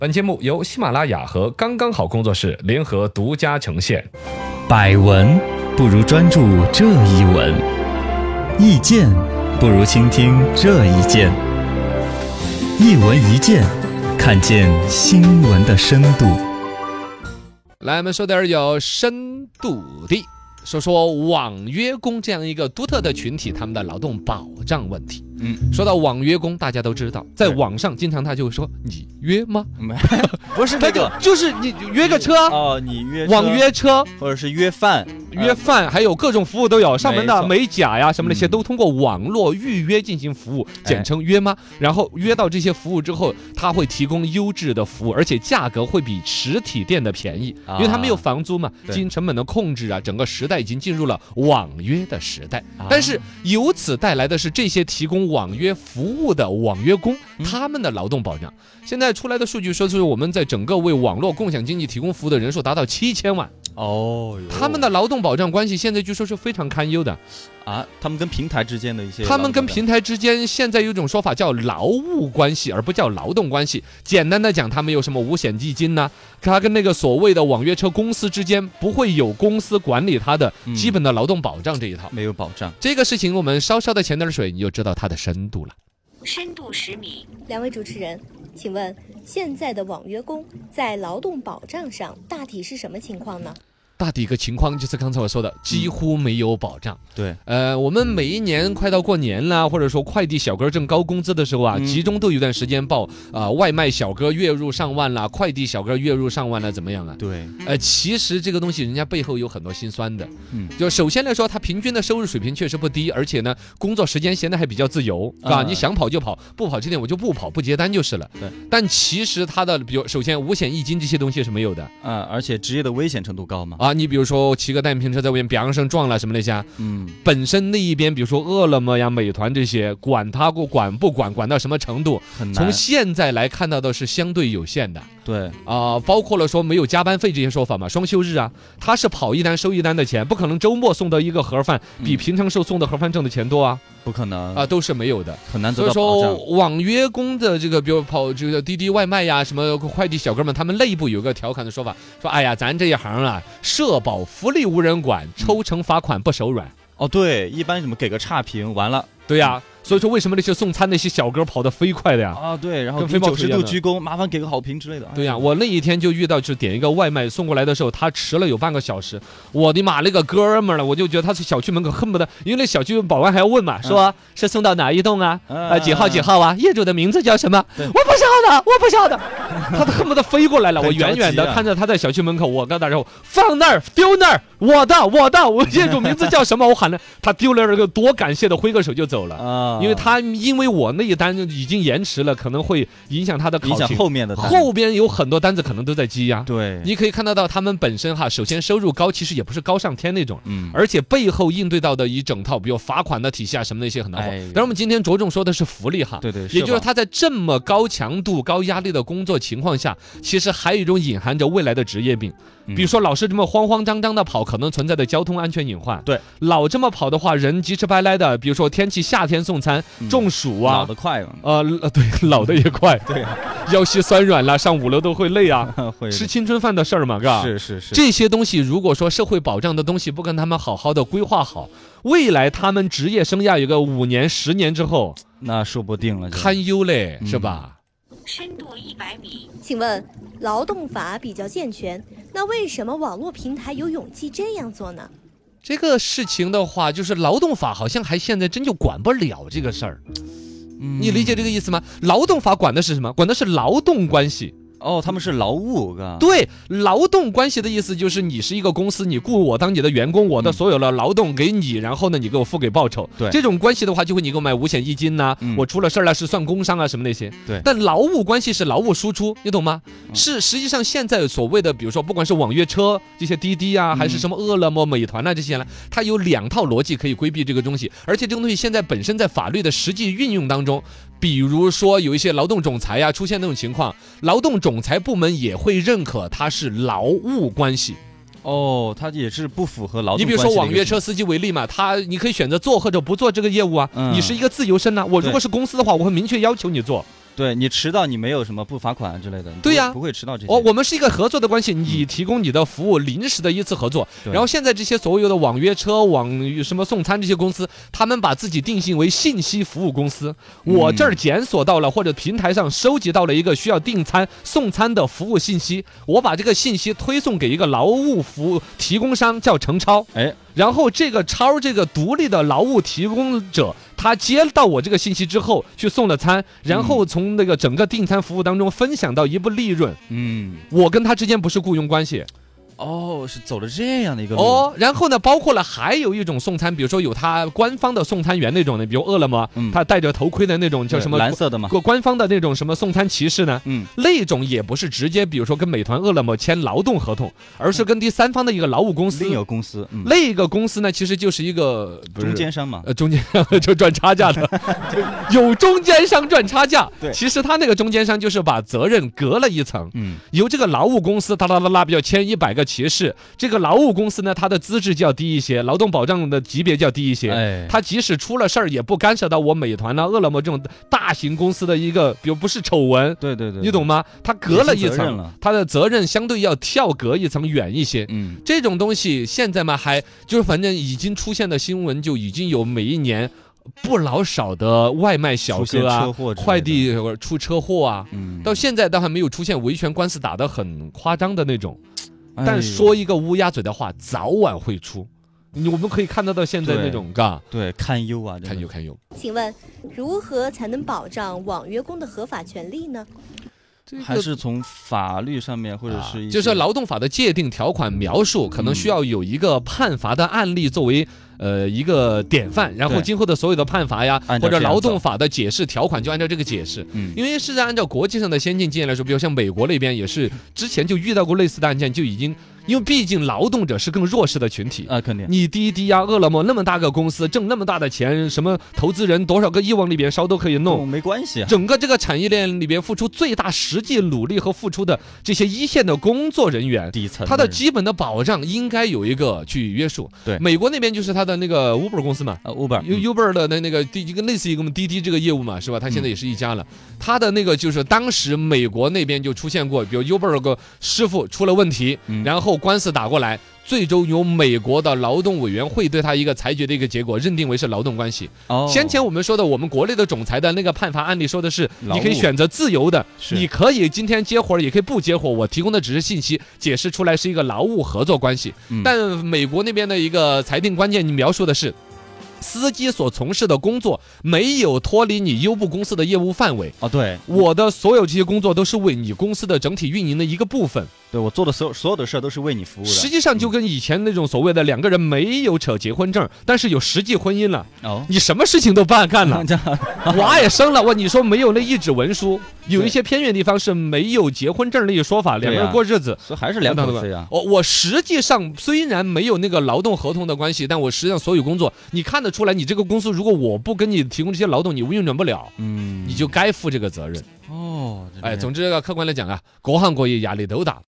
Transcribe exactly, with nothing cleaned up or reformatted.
本节目由喜马拉雅和刚刚好工作室联合独家呈现。 百闻不如专注这一闻，意见不如倾听这一见。一闻一见，看见新闻的深度。 来，我们说点有深度的，说说网约工这样一个独特的群体，他们的劳动保障问题。嗯，说到网约工，大家都知道，在网上经常他就会说你约吗？ 不是那个， 就是你约个车哦，你约网约车， 或者是约饭， 约饭，还有各种服务都有，上门的美甲呀什么那些都通过网络预约进行服务，简称约吗？然后约到这些服务之后，他会提供优质的服务，而且价格会比实体店的便宜，因为他没有房租嘛，经营成本的控制啊，整个时代已经进入了网约的时代。但是由此带来的是这些提供网约服务的网约工，他们的劳动保障。现在出来的数据说，是我们在整个为网络共享经济提供服务的人数达到七千万。哦，他们的劳动保障关系现在据说是非常堪忧的啊！他们跟平台之间的一些， 他们跟平台之间现在有一种说法叫劳务关系，而不叫劳动关系。简单的讲，他们有什么五险基金呢、啊？他跟那个所谓的网约车公司之间不会有公司管理他的基本的劳动保障这一套， 嗯、没有保障。 这个事情我们稍稍的潜点水，你就知道它的深度了。 深度十米，两位主持人，请问现在的网约工在劳动保障上大体是什么情况呢？ 大体一个情况就是刚才我说的，几乎没有保障。 对， 呃，我们每一年快到过年啦，或者说快递小哥挣高工资的时候啊，嗯、集中都有段时间报啊、呃，外卖小哥月入上万啦，快递小哥月入上万了，怎么样啊？ 对， 呃，其实这个东西人家背后有很多辛酸的。嗯，就首先来说，他平均的收入水平确实不低，而且呢，工作时间闲得还比较自由，是吧？嗯、你想跑就跑，不跑这点我就不跑，不接单就是了。 对， 但其实他的，比如首先五险一金这些东西是没有的。 啊、嗯，而且职业的危险程度高嘛。 啊，你比如说骑个单品车在外面砰声撞了什么那些，嗯，本身那一边比如说饿了么呀、美团这些，管他过管不管，管到什么程度，从现在来看到的是相对有限的。 对啊、呃，包括了说没有加班费这些说法嘛，双休日啊，他是跑一单收一单的钱，不可能周末送到一个盒饭比平常时候送的盒饭挣的钱多啊， 不可能啊，都是没有的， 很难得到保障。 所以说网约工的这个，比如跑这个滴滴外卖呀，什么快递小哥们，他们内部有个调侃的说法，说哎呀，咱这一行啊，社保福利无人管，抽成罚款不手软。 哦，对，一般什么给个差评完了， 对呀、啊。所以说，为什么那些送餐那些小哥跑得飞快的呀？ 啊，对，然后跟九十度鞠躬，麻烦给个好评之类的。 对呀、啊，我那一天就遇到，就点一个外卖送过来的时候，他迟了有半个小时。我的妈，那个哥们儿了，我就觉得他是小区门口恨不得，因为那小区保安还要问嘛，说、嗯、是送到哪一栋啊？啊、呃，几号几号啊？业主的名字叫什么？我不晓得，我不晓得。他恨不得飞过来了，我远远的看着他在小区门口，我跟他说放那儿，丢那儿，我的，我的，我业主名字叫什么？我喊了，他丢了那个多感谢的挥个手就走了啊，因为他一。因为我那一单就已经延迟了，可能会影响他的考勤， 影响后面的单， 后边有很多单子可能都在积压。 对， 你可以看得到他们本身哈，首先收入高，其实也不是高上天那种，嗯，而且背后应对到的一整套，比如罚款的体系啊什么那些很难。哎，当然我们今天着重说的是福利哈， 对对， 也就是他在这么高强度、高压力的工作情况下，其实还有一种隐含着未来的职业病。比如说老是这么慌慌张张的跑，可能存在的交通安全隐患。 对， 老这么跑的话，人急赤白来的，比如说天气夏天送餐，中暑啊， 老得快嘛， 呃对，老的也快， 对啊， 腰膝酸软了，上五楼都会累啊， 会吃青春饭的事儿嘛，是吧？ 是是是， 这些东西如果说社会保障的东西不跟他们好好的规划好，未来他们职业生涯有个五年、十年之后， 那说不定了， 堪忧嘞，是吧？ 深度一百米，请问劳动法比较健全，那为什么网络平台有勇气这样做呢？ 这个事情的话，就是劳动法好像还现在真就管不了这个事儿，嗯、你理解这个意思吗？劳动法管的是什么？管的是劳动关系。 哦，他们是劳务，啊， 对，劳动关系的意思就是你是一个公司，你雇我当你的员工，我的所有的劳动给你，然后呢，你给我付给报酬。 对， 这种关系的话，就会你给我买五险一金呐、啊嗯，我出了事儿了是算工伤啊什么那些。 对， 但劳务关系是劳务输出，你懂吗？嗯、是实际上现在所谓的，比如说不管是网约车这些滴滴啊，还是什么饿了么、美团啊这些呢，它有两套逻辑可以规避这个东西，而且这个东西现在本身在法律的实际运用当中。比如说有一些劳动仲裁呀、啊，出现那种情况，劳动仲裁部门也会认可它是劳务关系。 哦，它也是不符合劳动关系。 你比如说网约车司机为例嘛，他你可以选择做或者不做这个业务啊，嗯、你是一个自由身呐、啊。我如果是公司的话，我会明确要求你做。 对你迟到，你没有什么不罚款之类的。 对呀、 不会迟到这些。 哦，我们是一个合作的关系，你提供你的服务，临时的一次合作。然后现在这些所有的网约车、网什么送餐这些公司，他们把自己定性为信息服务公司。我这儿检索到了，或者平台上收集到了一个需要订餐、送餐的服务信息，我把这个信息推送给一个劳务服务提供商，叫程超。 哎， 然后这个超这个独立的劳务提供者，他接到我这个信息之后去送了餐，然后从那个整个订餐服务当中分享到一部利润。 嗯， 我跟他之间不是雇佣关系。 哦，是走了这样的一个路哦，然后呢，包括了还有一种送餐，比如说有他官方的送餐员那种的，比如饿了么， 嗯他戴着头盔的那种叫什么蓝色的嘛， 官方的那种什么送餐骑士呢？ 嗯， 那种也不是直接，比如说跟美团、饿了么签劳动合同，而是跟第三方的一个劳务公司。 另有公司，嗯、 那个公司呢，其实就是一个中间商嘛， 呃，中间商就赚差价的，有中间商赚差价。 对， 其实他那个中间商就是把责任隔了一层， 嗯， 由这个劳务公司哒哒哒哒，比如签一百个骑士，这个劳务公司呢，它的资质较低一些，劳动保障的级别较低一些， 哎， 它即使出了事儿，也不干涉到我美团啊、饿了么这种大型公司的一个，比如不是丑闻， 对对对， 你懂吗？它隔了一层了， 它的责任相对要跳隔一层远一些。 嗯， 这种东西现在嘛，还就是反正已经出现的新闻就已经有每一年不老少的外卖小哥啊、快递出车祸啊， 嗯， 到现在倒还没有出现维权官司打得很夸张的那种。但说一个乌鸦嘴的话，早晚会出。我们可以看得到现在那种，嘎， 对，堪忧啊， 堪忧堪忧。 请问，如何才能保障网约工的合法权利呢？ 还是从法律上面，或者是、啊、 就是劳动法的界定条款描述，可能需要有一个判罚的案例作为。呃，一个典范，然后今后的所有的判罚呀，或者劳动法的解释条款就按照这个解释。嗯，因为是按照国际上的先进经验来说，比如像美国那边也是之前就遇到过类似的案件，就已经。因为毕竟劳动者是更弱势的群体啊，肯定。 你滴滴呀、饿了么那么大个公司，挣那么大的钱，什么投资人多少个亿往里边烧都可以弄， 没关系啊。 整个这个产业链里边付出最大实际努力和付出的这些一线的工作人员， 底层他的基本的保障应该有一个去约束。 对， 美国那边就是他的那个 Uber 公司嘛， 呃 ，Uber，Uber 的那那个滴一个类似于我们滴滴这个业务嘛，是吧？他现在也是一家了。他的那个就是当时美国那边就出现过，比如 Uber 个师傅出了问题，然后官司打过来。最终由美国的劳动委员会对他一个裁决的一个结果认定为是劳动关系。 哦， 先前我们说的我们国内的总裁的那个判罚案例说的是，你可以选择自由的，你可以今天接活也可以不接活，我提供的只是信息，解释出来是一个劳务合作关系。嗯、但美国那边的一个裁定关键，你描述的是。司机所从事的工作没有脱离你优步公司的业务范围啊，对， 我的所有这些工作都是为你公司的整体运营的一个部分。 对，我做的所有所有的事儿都是为你服务的。 实际上就跟以前那种所谓的两个人没有扯结婚证，但是有实际婚姻了， 哦， 你什么事情都办干了，娃也生了，哇，你说没有那一纸文书，有一些偏远地方是没有结婚证那一说法，两个人过日子， 所以还是两口子呀。 我我实际上虽然没有那个劳动合同的关系，但我实际上所有工作，你看得出来，你这个公司如果我不跟你提供这些劳动，你运转不了，嗯，你就该负这个责任。 哦， 哎，总之客观来讲啊，各行各业压力都大。